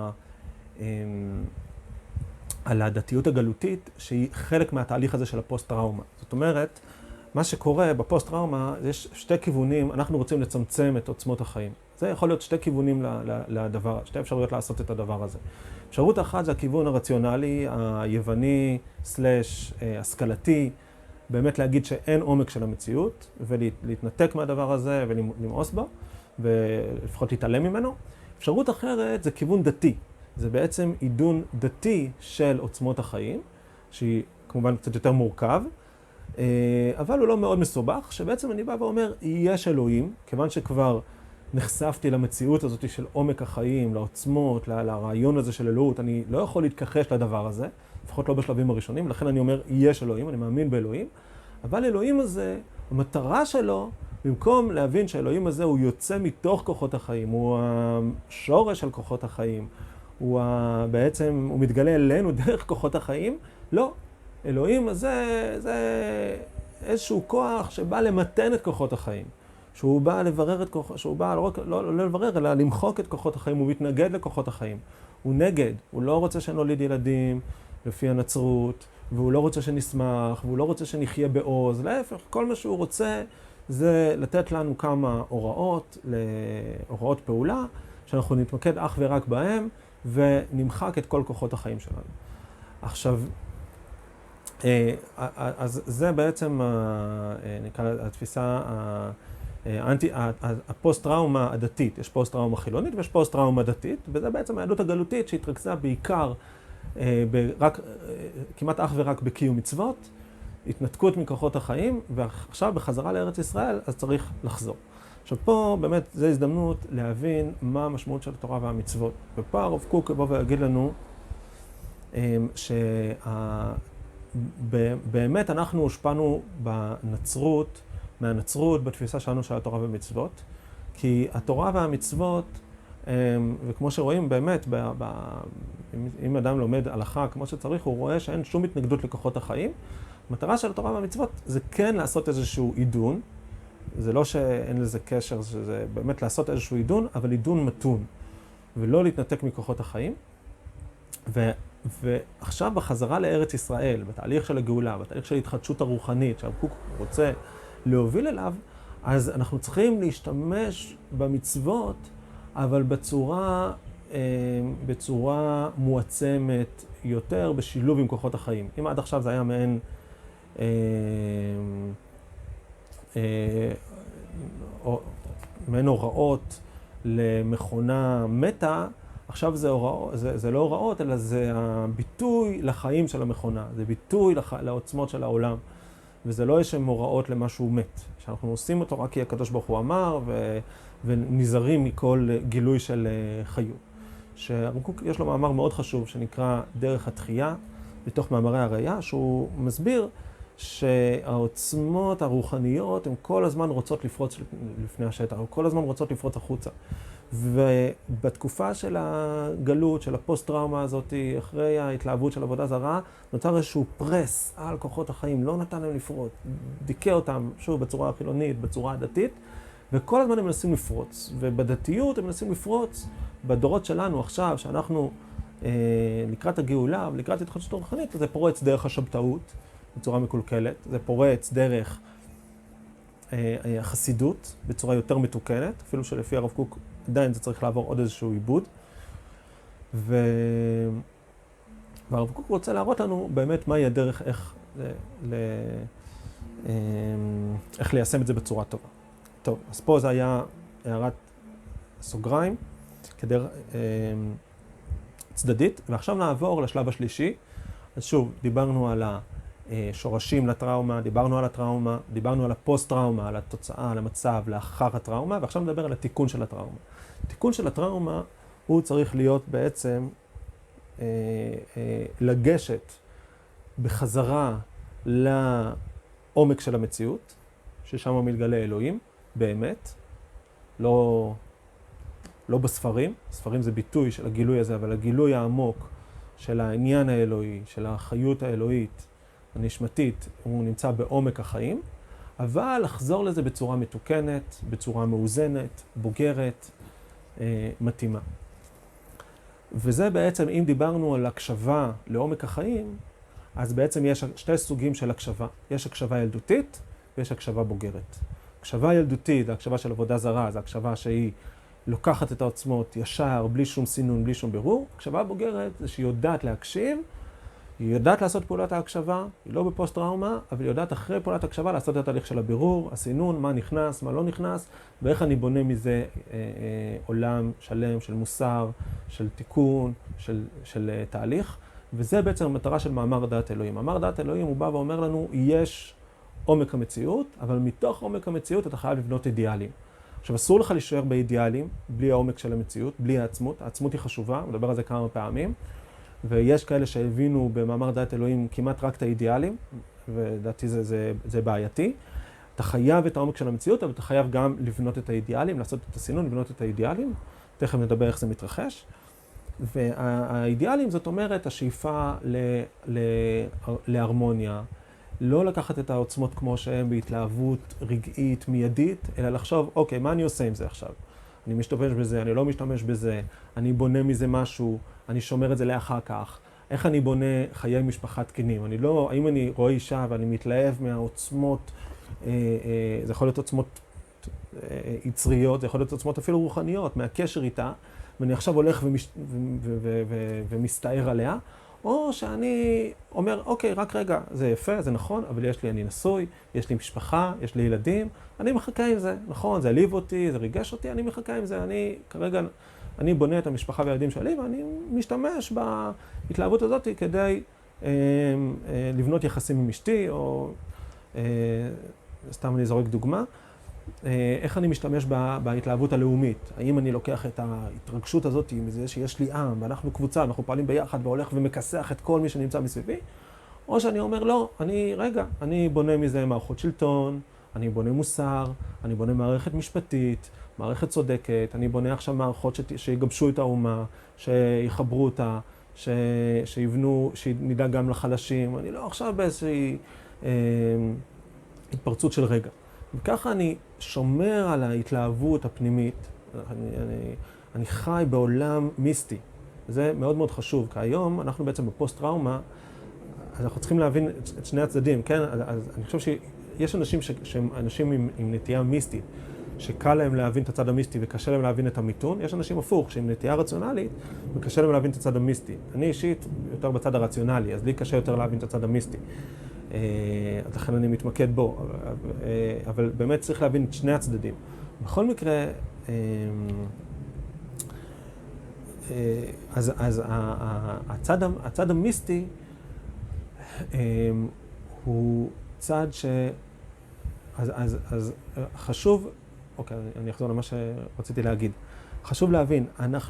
על הדתיות הגלותית, שהיא חלק מהתהליך הזה של הפוסט-טראומה. זאת אומרת, מה שקורה בפוסט-טראומה, יש שתי כיוונים, אנחנו רוצים לצמצם את עוצמות החיים. זה יכול להיות שתי כיוונים לדבר, שתי אפשרויות לעשות את הדבר הזה. אפשרות אחת זה הכיוון הרציונלי, היווני, השכלתי, באמת להגיד שאין עומק של המציאות, ולהתנתק מהדבר הזה ולמאוס בו, ולפחות להתעלם ממנו. אפשרות אחרת זה כיוון דתי. זה בעצם עידון דתי של עוצמות החיים, שהיא כמובן קצת יותר מורכב, אבל הוא לא מאוד מסובך, שבעצם אני בא ואומר, יש אלוהים, כיוון שכבר נחשפתי למציאות הזאת של עומק החיים, לעוצמות, לרעיון הזה של אלוהות, אני לא יכול להתכחש לדבר הזה, לפחות לא בשלבים הראשונים, לכן אני אומר, יש אלוהים, אני מאמין באלוהים, אבל אלוהים הזה, המטרה שלו, במקום להבין שהאלוהים הזה הוא יוצא מתוך כוחות החיים, הוא השורש של כוחות החיים, בעצם הוא מתגלה אלינו דרך כוחות החיים, לא. אלוהים הזה זה איזשהו כוח שבא למתן את כוחות החיים. שהוא בא לברר את כוחות, שהוא בא לא לברר, אלא למחוק את כוחות החיים, הוא מתנגד לכוחות החיים. הוא נגד, הוא לא רוצה שנוליד ילדים לפי הנצרות, והוא לא רוצה שנשמח, והוא לא רוצה שנחיה בעוז, להפך, כל מה שהוא רוצה זה לתת לנו כמה הוראות פעולה, שאנחנו נתמקד אך ורק בהם, ונמחק את כל כוחות החיים שלנו. עכשיו, אז זה בעצם, נקרא התפיסה, הפוסט-טראומה הדתית. יש פוסט-טראומה חילונית ויש פוסט-טראומה דתית, וזה בעצם היהדות הגלותית שהתרכזה בעיקר, כמעט אך ורק בקיום מצוות, התנתקות מכוחות החיים, ועכשיו בחזרה לארץ ישראל, אז צריך לחזור. עכשיו פה באמת זו הזדמנות להבין מה המשמעות של התורה והמצוות. ופה הרב קוק יבוא ויגיד לנו שבאמת אנחנו הושפענו מהנצרות בתפיסה שלנו של התורה ומצוות, כי התורה והמצוות, וכמו שרואים באמת, אם אדם לומד הלכה כמו שצריך, הוא רואה שאין שום התנגדות לכוחות החיים. המטרה של התורה והמצוות זה כן לעשות איזשהו עידון, זה לא שאין לזה קשר, זה באמת לעשות איזשהו עידון, אבל עידון מתון, ולא להתנתק מכוחות החיים. ועכשיו בחזרה לארץ ישראל, בתהליך של הגאולה, בתהליך של ההתחדשות הרוחנית, שהרב קוק רוצה להוביל אליו, אז אנחנו צריכים להשתמש במצוות, אבל בצורה מועצמת יותר, בשילוב עם כוחות החיים. אם עד עכשיו זה היה מעין הוראות למכונה מתה, עכשיו זה לא הוראות, אלא זה הביטוי לחיים של המכונה, זה ביטוי לעוצמות של העולם, וזה לא יש הוראות למשהו מת, שאנחנו עושים אותו רק כי הקדוש ברוך הוא אמר, ונזהרים מכל גילוי של חיות. שהרב קוק יש לו מאמר מאוד חשוב שנקרא דרך התחייה, בתוך מאמרי הראייה, שהוא מסביר שהעוצמות הרוחניות הן כל הזמן רוצות לפרוץ לפני השטח, הן כל הזמן רוצות לפרוץ החוצה. ובתקופה של הגלות, של הפוסט-טראומה הזאת, אחרי ההתלהבות של עבודה זרה, נוצר איזשהו פרס על כוחות החיים, לא נתן להם לפרוץ, דיכא אותם, שוב, בצורה החילונית, בצורה הדתית, וכל הזמן הם מנסים לפרוץ. ובדתיות הם מנסים לפרוץ בדורות שלנו עכשיו, שאנחנו לקראת הגאולה ולקראת התחדשות הרוחנית, זה פורץ דרך השבתאות, בצורה מקולקלת, זה פורץ דרך החסידות, בצורה יותר מתוקנת, אפילו שלפי הרב קוק עדיין זה צריך לעבור עוד איזשהו עיבוד. והרב קוק רוצה להראות לנו באמת מהי הדרך איך ליישם את זה בצורה טובה. טוב, אז פה זה היה הערת סוגריים, צדדית, ועכשיו נעבור לשלב השלישי. אז שוב, דיברנו על השורשים לטראומה, דיברנו על הטראומה, דיברנו על הפוסט-טראומה, על התוצאה, על המצב, לאחר הטראומה, ועכשיו נדבר על התיקון של הטראומה. התיקון של הטראומה הוא צריך להיות בעצם לגשת בחזרה לעומק של המציאות, ששם מתגלה אלוהים, באמת, לא בספרים, ספרים זה ביטוי של הגילוי הזה, אבל הגילוי העמוק של העניין האלוהי, של החיות האלוהית, הנשמתית, הוא נמצא בעומק החיים, אבל לחזור לזה בצורה מתוקנת, בצורה מאוזנת, בוגרת, מתאימה. וזה בעצם, אם דיברנו על הקשבה לעומק החיים, אז בעצם יש שתי סוגים של הקשבה. יש הקשבה ילדותית ויש הקשבה בוגרת. הקשבה ילדותית, הקשבה של עבודה זרה, זה הקשבה שהיא לוקחת את העוצמות ישר, בלי שום סינון, בלי שום בירור. הקשבה בוגרת זה שהיא יודעת להקשיב, היא יודעת לעשות פעולת ההקשבה, היא לא בפוסט-טראומה, אבל היא יודעת אחרי פעולת ההקשבה לעשות את התהליך של הבירור, הסינון, מה נכנס, מה לא נכנס, ואיך אני בונה מזה עולם שלם של מוסר, של תיקון, של תהליך. וזה בעצם המטרה של מאמר דעת אלוהים. מאמר דעת אלוהים הוא בא ואומר לנו, יש עומק המציאות, אבל מתוך עומק המציאות אתה חייב לבנות אידיאלים. עכשיו, אסור לך להישאר באידיאלים, בלי העומק של המציאות, בלי העצמות. העצמות היא חשובה, מדבר על זה כמה פעמים. ויש כאלה שהבינו במאמר דעת אלוהים כמעט רק את האידיאלים, ודעתי זה בעייתי. אתה חייב את העומק של המציאות, אבל אתה חייב גם לבנות את האידיאלים, לעשות את הסינון, לבנות את האידיאלים. תכף נדבר איך זה מתרחש. והאידיאלים זאת אומרת השאיפה להרמוניה, לא לקחת את העוצמות כמו שהן בהתלהבות רגעית, מיידית, אלא לחשוב, אוקיי, מה אני עושה עם זה עכשיו? אני משתמש בזה, אני לא משתמש בזה, אני בונה מזה משהו, אני שומר את זה לאחר כך. איך אני בונה חיי משפחה תקינים? אני לא, האם אני רואה אישה ואני מתלהב מהעוצמות, זה יכול להיות עוצמות יצריות, זה יכול להיות עוצמות אפילו רוחניות, מהקשר איתה, ואני עכשיו הולך ומסתער עליה, או שאני אומר, אוקיי, רק רגע, זה יפה, זה נכון, אבל אני נשוי, יש לי משפחה, יש לי ילדים, אני מחכה עם זה, נכון, זה העליב אותי, זה ריגש אותי, אני מחכה עם זה, כרגע, אני בונה את המשפחה והילדים שלי, ואני משתמש בהתלהבות הזאת כדי לבנות יחסים עם אשתי, או סתם אני זורק דוגמה, איך אני משתמש בהתלהבות הלאומית? האם אני לוקח את ההתרגשות הזאת מזה שיש לי עם, ואנחנו קבוצה, אנחנו פועלים ביחד והולך ומכסח את כל מי שנמצא מסביבי? או שאני אומר, לא, אני בונה מזה מערכות שלטון, אני בונה מוסר, אני בונה מערכת משפטית, מערכת צודקת, אני בונה עכשיו מערכות שיגבשו את האומה, שיחברו אותה, שיבנו, שנדאג גם לחלשים. אני לא עכשיו באיזושהי התפרצות של רגע. וככה אני שומר על ההתלהבות הפנימית, אני חי בעולם מיסטי. זה מאוד מאוד חשוב, כי היום אנחנו בעצם בפוסט-טראומה, אז אנחנו צריכים להבין את שני הצדדים, כן? אז אני חושב שיש אנשים שהם אנשים עם נטייה מיסטית, שקל להם להבין את הצד המיסטי וקשה להם להבין את המיתון. יש אנשים הפוך, שהם נטייה רציונלית וקשה להם להבין את הצד המיסטי. אני אישית יותר בצד הרציונלי, אז לי קשה יותר להבין את הצד המיסטי. אז לכן אני מתמקד בו, אבל באמת צריך להבין את שני הצדדים. בכל מקרה, אז הצד המיסטי הוא צד אז חשוב, אוקיי, אני אחזור למה שרציתי להגיד. חשוב להבין,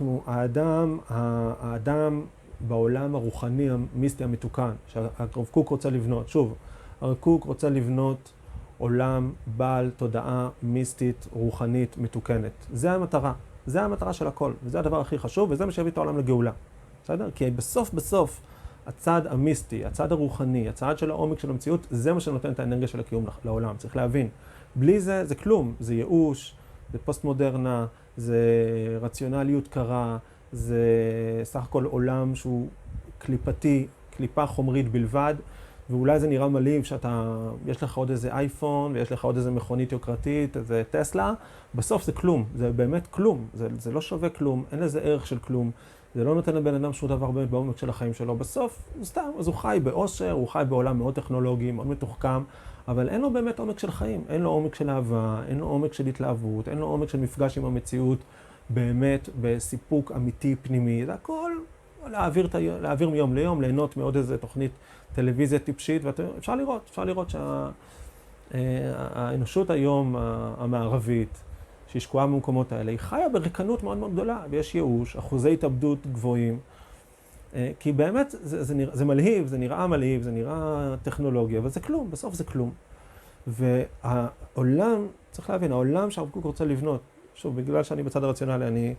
האדם בעולם הרוחני המיסטי המתוקן, שהרב קוק רוצה לבנות, שוב, הרב קוק רוצה לבנות עולם בעל תודעה מיסטית, רוחנית, מתוקנת. זה המטרה, זה המטרה של הכל, וזה הדבר הכי חשוב, וזה מה שהביא את העולם לגאולה. בסדר? כי בסוף, הצד המיסטי, הצד הרוחני, הצד של העומק של המציאות, זה מה שנותן את האנרגיה של הקיום לעולם. צריך להבין. בלי זה, זה כלום. זה ייאוש, זה פוסט-מודרנה, זה רציונליות קרה, זה סך הכל עולם שהוא קליפתי, קליפה חומרית בלבד, ואולי זה נראה מלהיב יש לך עוד איזה אייפון, ויש לך עוד איזה מכונית יוקרתית, איזה טסלה, בסוף זה כלום, זה באמת כלום, זה לא שווה כלום, אין לזה ערך של כלום, זה לא נותן לבן אדם שום דבר באמת בעומק של החיים שלו, בסוף, סתם, אז הוא חי באושר, הוא חי בעולם מאוד טכנולוגי, מאוד מתוחכם, אבל אין לו באמת עומק של חיים, אין לו עומק של אהבה, אין לו עומק של התלהבות, אין לו עומק של מפגש עם המציאות, באמת בסיפוק אמיתי פנימי, זה הכל להעביר מיום ליום, ליהנות מעוד איזה תוכנית טלוויזיה טיפשית, ואפשר לראות שהאנושות היום המערבית, שהיא שקועה במקומות האלה, היא חיה בריקנות מאוד מאוד גדולה, ויש ייאוש, אחוזי התאבדות גבוהים, כי באמת זה מלהיב, זה נראה מלהיב, זה נראה טכנולוגיה, אבל זה כלום, בסוף זה כלום. והעולם, צריך להבין, העולם שהרב קוק רוצה לבנות, שוב, בגלל שאני בצד הרציונלי,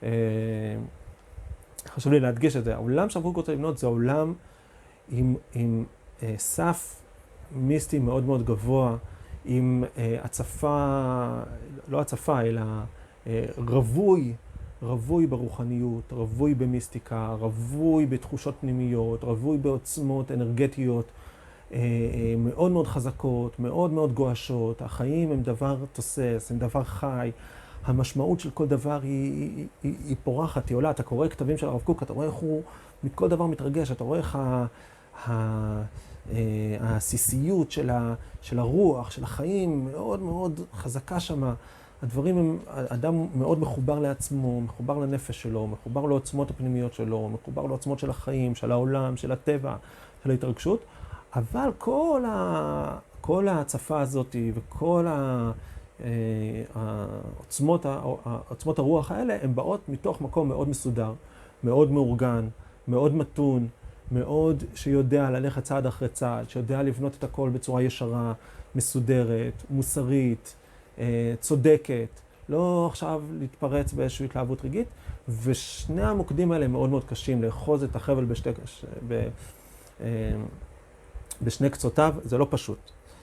חשוב לי להדגיש את זה, העולם שהרב קוק רוצה לבנות זה עולם עם סף מיסטי מאוד מאוד גבוה, עם הצפה, לא הצפה, אלא רווי ברוחניות, רווי במיסטיקה, רווי בתחושות פנימיות, רווי בעוצמות אנרגטיות מאוד מאוד חזקות, מאוד מאוד גואשות. החיים הם דבר תוסס, הם דבר חי. המשמעות של כל דבר היא פורחת, היא עולה. אתה קורא כתבים של הרב קוק, אתה רואה איך הוא מכל דבר מתרגש, אתה רואה איך העסיסיות של הרוח, של החיים, מאוד מאוד חזקה שמה. הדברים הם, אדם מאוד מחובר לעצמו, מחובר לנפש שלו, מחובר לעוצמות הפנימיות שלו, מחובר לעוצמות של החיים, של העולם, של הטבע, של ההתרגשות. אבל כל ההצפה הזאת וכל עוצמות הרוח האלה, הן באות מתוך מקום מאוד מסודר, מאוד מאורגן, מאוד מתון, מאוד שיודע ללכת צעד אחרי צעד, שיודע לבנות את הכל בצורה ישרה, מסודרת, מוסרית, צודקת, לא עכשיו להתפרץ באיזושהי התלהבות רגעית, ושני המוקדים האלה מאוד מאוד קשים, לאחוז את החבל בשני קצותיו, זה לא פשוט.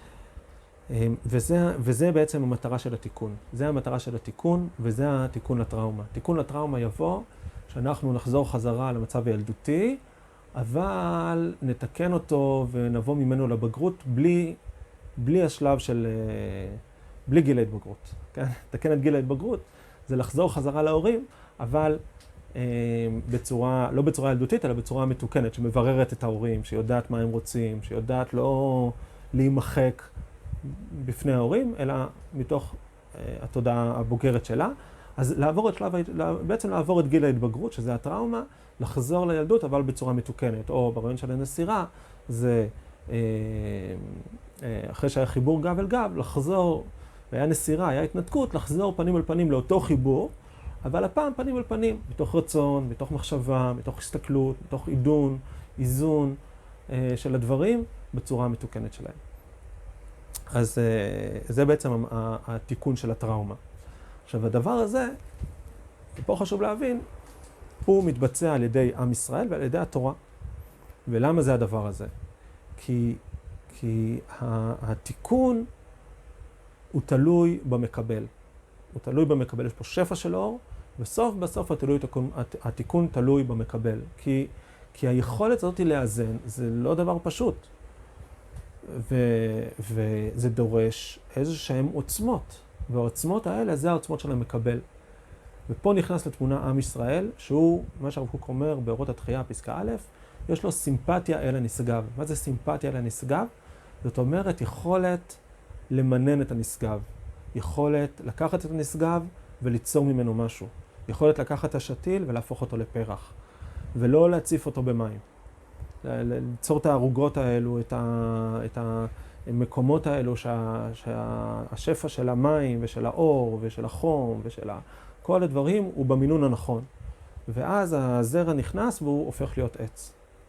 וזה בעצם המטרה של התיקון. זה המטרה של התיקון, וזה התיקון לטראומה. תיקון לטראומה יבוא שאנחנו נחזור חזרה למצב הילדותי, אבל נתקן אותו ונבוא ממנו לבגרות בלי השלב של... בלי גיל ההתבגרות. כן? לתקן את גיל ההתבגרות זה לחזור חזרה להורים, אבל לא בצורה ילדותית, אלא בצורה מתוקנת, שמבררת את ההורים, שיודעת מה הם רוצים, שיודעת לא להימחק בפני ההורים, אלא מתוך התודעה הבוגרת שלה. אז בעצם לעבור את גיל ההתבגרות, שזה הטראומה, לחזור לילדות, אבל בצורה מתוקנת. או ברעיון של הנסירה, זה אחרי שהיה חיבור גב אל גב, לחזור, והיה נסירה, היה התנתקות, לחזור פנים אל פנים לאותו חיבור, אבל הפעם פנים אל פנים, מתוך רצון, מתוך מחשבה, מתוך הסתכלות, מתוך עידון, איזון של הדברים בצורה המתוקנת שלהם. אז זה בעצם התיקון של הטראומה. עכשיו, הדבר הזה, ופה חשוב להבין, הוא מתבצע על ידי עם ישראל ועל ידי התורה. ולמה זה הדבר הזה? כי התיקון הוא תלוי במקבל. הוא תלוי במקבל, יש פה שפע של אור, בסוף התיקון תלוי במקבל. כי היכולת הזאת לאזן זה לא דבר פשוט. וזה דורש איזשהם עוצמות. והעוצמות האלה זה העוצמות של המקבל. ופה נכנס לתמונה עם ישראל, שהוא, מה שהרב קוק אומר באורות התחייה, פסקה א', יש לו סימפתיה אל הנשגב. מה זה סימפתיה אל הנשגב? זאת אומרת, יכולת למנן את הנשגב. יכולת לקחת את הנשגב וליצור ממנו משהו. יכולת לקחת את השתיל ולהפוך אותו לפרח. ולא להציף אותו במים. ליצור את הערוגות האלו, את המקומות האלו שהשפע של המים ושל האור ושל החום ושל כל הדברים הוא במינון הנכון. ואז הזרע נכנס והוא הופך להיות עץ.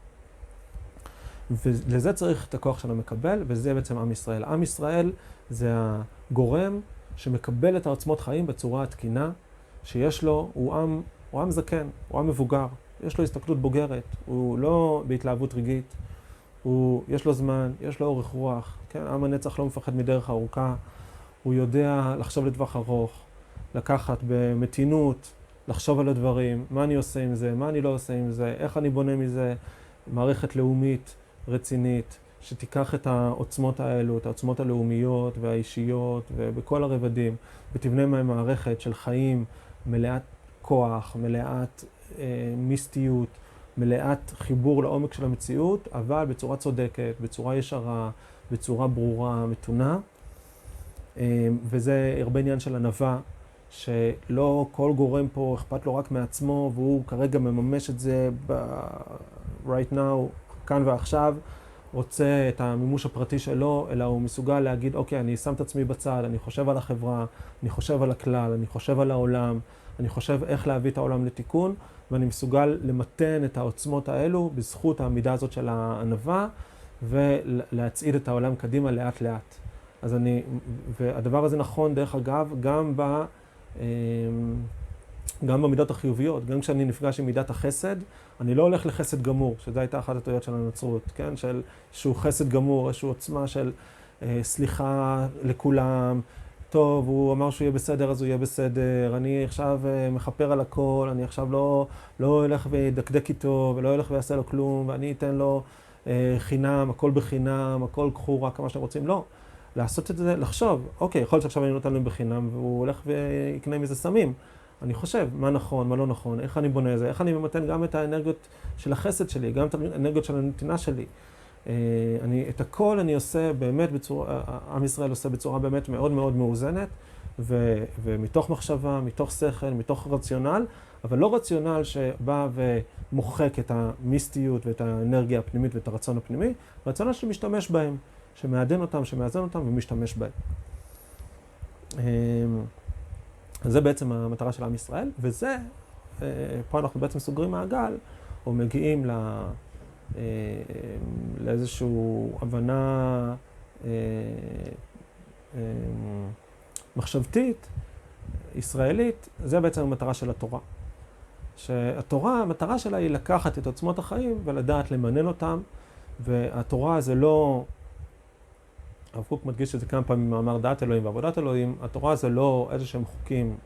ולזה צריך את הכוח של המקבל, וזה בעצם עם ישראל. עם ישראל זה הגורם שמקבל את העוצמות חיים בצורה התקינה, שיש לו, הוא עם זקן, הוא עם מבוגר, יש לו הסתכלות בוגרת, הוא לא בהתלהבות רגעית, יש לו זמן, יש לו אורך רוח, כן? עם הנצח לא מפחד מדרך ארוכה, הוא יודע לחשוב לטווח ארוך, לקחת במתינות, לחשוב על הדברים, מה אני עושה עם זה, מה אני לא עושה עם זה, איך אני בונה מזה, מערכת לאומית רצינית, שתיקח את העוצמות האלו, את העוצמות הלאומיות והאישיות ובכל הרבדים, ותבנה מהם מערכת של חיים מלאת כוח, מלאת מיסטיות, מלאת חיבור לעומק של המציאות, אבל בצורה צודקת, בצורה ישרה, בצורה ברורה, מתונה. וזה הרבה עניין של ענווה, שלא כל גורם פה אכפת לו רק מעצמו, והוא כרגע מממש את זה right now, כאן ועכשיו, רוצה את המימוש הפרטי שלו, אלא הוא מסוגל להגיד, אוקיי, אני שם את עצמי בצד, אני חושב על החברה, אני חושב על הכלל, אני חושב על העולם, אני חושב איך להביא את העולם לתיקון, ואני מסוגל למתן את העוצמות האלו בזכות העמידה הזאת של הענווה, ולהצעיד את העולם קדימה לאט לאט. והדבר הזה נכון, דרך אגב, גם במידות החיוביות, גם כשאני נפגש עם מידת החסד, אני לא הולך לחסד גמור, שזו הייתה אחת הטעויות של הנצרות, כן? של איזשהו חסד גמור, איזושהי עוצמה של סליחה לכולם, טוב, הוא אמר שהוא יהיה בסדר, אז הוא יהיה בסדר, אני עכשיו מחפר על הכל, אני עכשיו לא הולך וידקדק איתו, ולא הולך ויעשה לו כלום, ואני אתן לו חינם, הכל בחינם, הכל קחו רק כמה שאתם רוצים. לא, לעשות את זה, לחשוב, אוקיי, יכול להיות שעכשיו אני נותן להם בחינם, והוא הולך ויקנה מזה סמים. אני חושב מה נכון, מה לא נכון, איך אני בונה את זה, איך אני ממתן גם את האנרגיות של החסד שלי, גם את האנרגיות של הנתינה שלי. את הכל אני עושה באמת בצורה, עם ישראל עושה בצורה באמת מאוד מאוד מאוזנת, ומתוך מחשבה, מתוך שכל, מתוך רציונל, אבל לא רציונל שבא ומוחק את המיסטיות ואת האנרגיה הפנימית ואת הרצון הפנימי, רציונל שמשתמש בהם, שמעדן אותם, שמאזן אותם ומשתמש בהם. אז זה בעצם המטרה של עם ישראל, וזה, פה אנחנו בעצם סוגרים מעגל, או מגיעים לאיזושהי הבנה מחשבתית, ישראלית, זה בעצם המטרה של התורה. שהתורה, המטרה שלה היא לקחת את עוצמות החיים ולדעת למנן אותם, והתורה זה לא, הרב קוק מדגיש את זה כמה פעמים במאמר דעת אלוהים ועבודת אלוהים, התורה זה לא איזה שהם חוקים,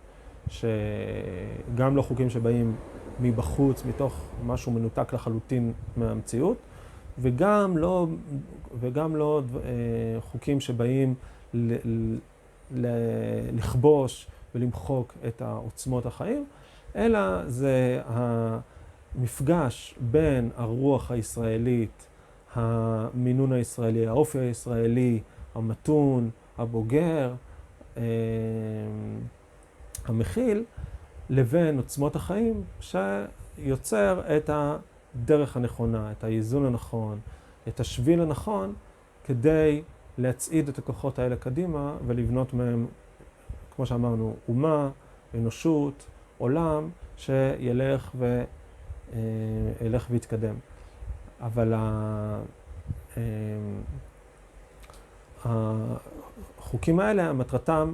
גם לא חוקים שבאים מבחוץ, מתוך משהו מנותק לחלוטין מהמציאות, וגם לא חוקים שבאים לכבוש ולמחוק את העוצמות החיים, אלא זה המפגש בין הרוח הישראלית, המינון הישראלי, האופי הישראלי, המתון, הבוגר, המכיל, לבין עוצמות החיים שיוצר את הדרך הנכונה, את האיזון הנכון, את השביל הנכון, כדי להצעיד את הכוחות האלה קדימה ולבנות מהם, כמו שאמרנו, אומה, אנושות, עולם, שילך ויתקדם. אבל החוקים האלה, מטרתם,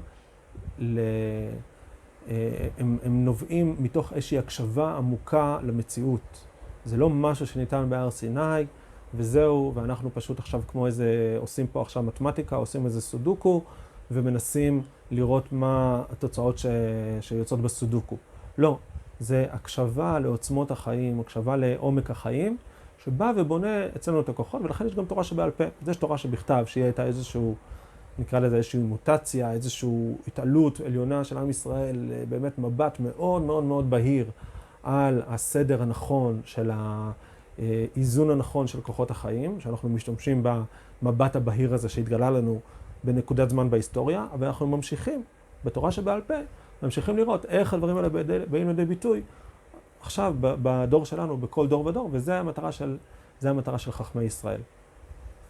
הם נובעים מתוך איזושהי הקשבה עמוקה למציאות. זה לא משהו שניתן בהר סיני, וזהו, ואנחנו פשוט עכשיו כמו איזה, עושים פה עכשיו מתמטיקה, עושים איזה סודוקו, ומנסים לראות מה התוצאות שיוצאות בסודוקו. לא, זה הקשבה לעוצמות החיים, הקשבה לעומק החיים, שבא ובונה אצלנו את הכוחות, ולכן יש גם תורה שבעל פה. יש תורה שבכתב, שיהיה איתה איזשהו, נקרא לזה איזושהי מוטציה, איזושהי התעלות עליונה של עם ישראל, באמת מבט מאוד מאוד מאוד בהיר על הסדר הנכון של האיזון הנכון של כוחות החיים, שאנחנו משתמשים במבט הבהיר הזה שהתגלה לנו בנקודת זמן בהיסטוריה, אבל אנחנו ממשיכים בתורה שבעל פה, ממשיכים לראות איך הדברים האלה באים לידי ביטוי עכשיו בדור שלנו, בכל דור ודור, וזה המטרה של חכמי ישראל.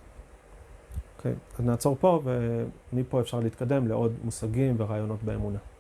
אוקיי, אז נעצור פה, ומפה אפשר להתקדם לעוד מושגים ורעיונות באמונה.